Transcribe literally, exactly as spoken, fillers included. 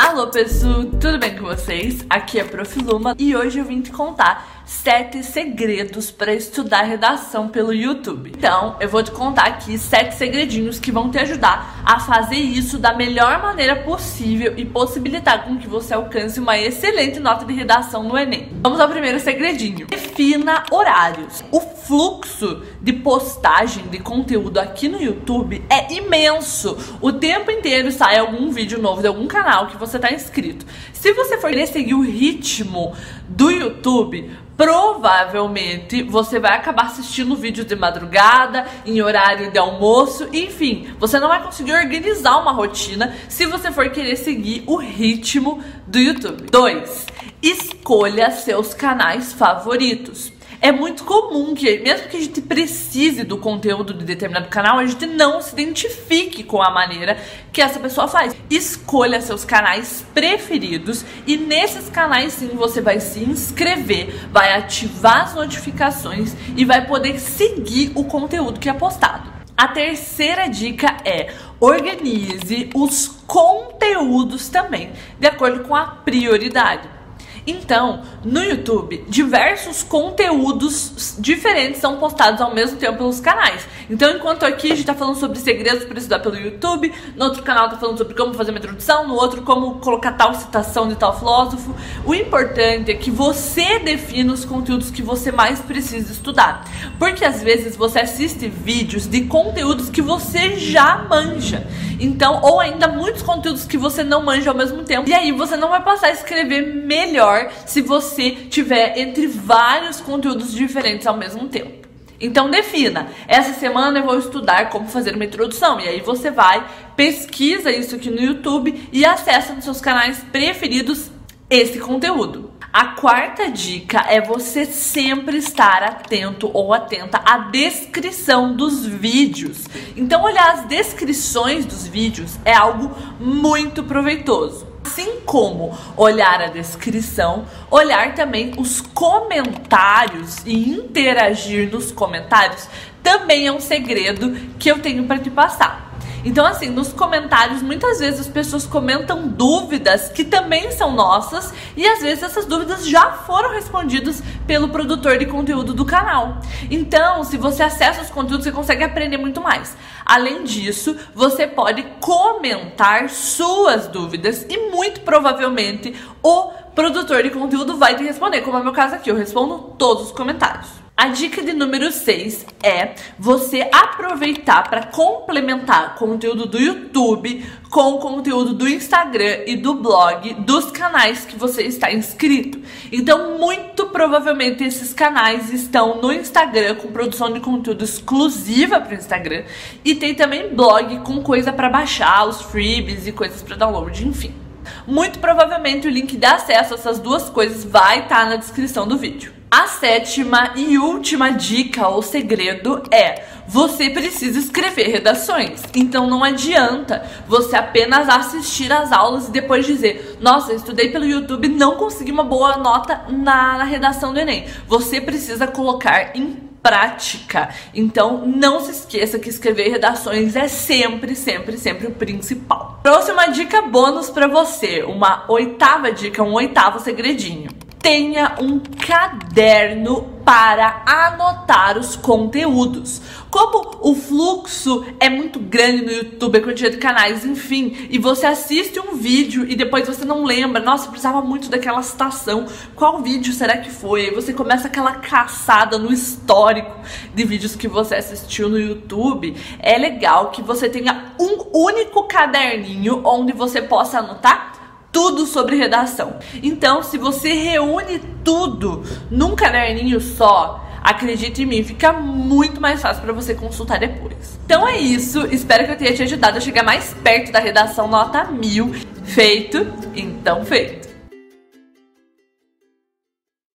Alô pessoal, tudo bem com vocês? Aqui é a Prof Luma e hoje eu vim te contar sete segredos para estudar redação pelo YouTube. Então, eu vou te contar aqui sete segredinhos que vão te ajudar a fazer isso da melhor maneira possível e possibilitar com que você alcance uma excelente nota de redação no Enem. Vamos ao primeiro segredinho. Defina horários. O fluxo de postagem de conteúdo aqui no YouTube é imenso. O tempo inteiro sai algum vídeo novo de algum canal que você está inscrito. Se você for querer seguir o ritmo do YouTube, provavelmente você vai acabar assistindo vídeos de madrugada, em horário de almoço, enfim, você não vai conseguir organizar uma rotina se você for querer seguir o ritmo do YouTube. dois. Escolha seus canais favoritos. É muito comum que, mesmo que a gente precise do conteúdo de determinado canal, a gente não se identifique com a maneira que essa pessoa faz. Escolha seus canais preferidos e nesses canais sim você vai se inscrever, vai ativar as notificações e vai poder seguir o conteúdo que é postado. A terceira dica é: organize os conteúdos também, de acordo com a prioridade. Então, no YouTube, diversos conteúdos diferentes são postados ao mesmo tempo pelos canais. Então, enquanto aqui a gente tá falando sobre segredos para estudar pelo YouTube, no outro canal tá falando sobre como fazer uma introdução, no outro como colocar tal citação de tal filósofo, o importante é que você defina os conteúdos que você mais precisa estudar. Porque às vezes você assiste vídeos de conteúdos que você já manja. Então, ou ainda muitos conteúdos que você não manja ao mesmo tempo. E aí você não vai passar a escrever melhor se você tiver entre vários conteúdos diferentes ao mesmo tempo. Então defina, essa semana eu vou estudar como fazer uma introdução, e aí você vai, pesquisa isso aqui no YouTube e acessa nos seus canais preferidos esse conteúdo. A quarta dica é você sempre estar atento ou atenta à descrição dos vídeos. Então olhar as descrições dos vídeos é algo muito proveitoso. Assim como olhar a descrição, olhar também os comentários e interagir nos comentários também é um segredo que eu tenho para te passar. Então assim, nos comentários muitas vezes as pessoas comentam dúvidas que também são nossas e às vezes essas dúvidas já foram respondidas pelo produtor de conteúdo do canal. Então, se você acessa os conteúdos, você consegue aprender muito mais. Além disso, você pode comentar suas dúvidas e muito provavelmente o produtor de conteúdo vai te responder, como é o meu caso aqui, eu respondo todos os comentários. A dica de número seis é você aproveitar para complementar conteúdo do YouTube com o conteúdo do Instagram e do blog dos canais que você está inscrito. Então, muito provavelmente esses canais estão no Instagram com produção de conteúdo exclusiva para o Instagram e tem também blog com coisa para baixar, os freebies e coisas para download, enfim. Muito provavelmente o link de acesso a essas duas coisas vai estar na descrição do vídeo. A sétima e última dica ou segredo é: você precisa escrever redações. Então não adianta você apenas assistir às aulas e depois dizer: nossa, eu estudei pelo YouTube e não consegui uma boa nota na, na redação do Enem. Você precisa colocar em prática. Então não se esqueça que escrever redações é sempre, sempre, sempre o principal. Trouxe uma dica bônus para você, uma oitava dica, um oitavo segredinho. Tenha um caderno para anotar os conteúdos. Como o fluxo é muito grande no YouTube, a quantidade de canais, enfim, e você assiste um vídeo e depois você não lembra, nossa, eu precisava muito daquela citação, qual vídeo será que foi? Aí você começa aquela caçada no histórico de vídeos que você assistiu no YouTube. É legal que você tenha um único caderninho onde você possa anotar tudo sobre redação. Então, se você reúne tudo num caderninho só, acredite em mim, fica muito mais fácil para você consultar depois. Então é isso, espero que eu tenha te ajudado a chegar mais perto da redação nota mil. Feito, então feito.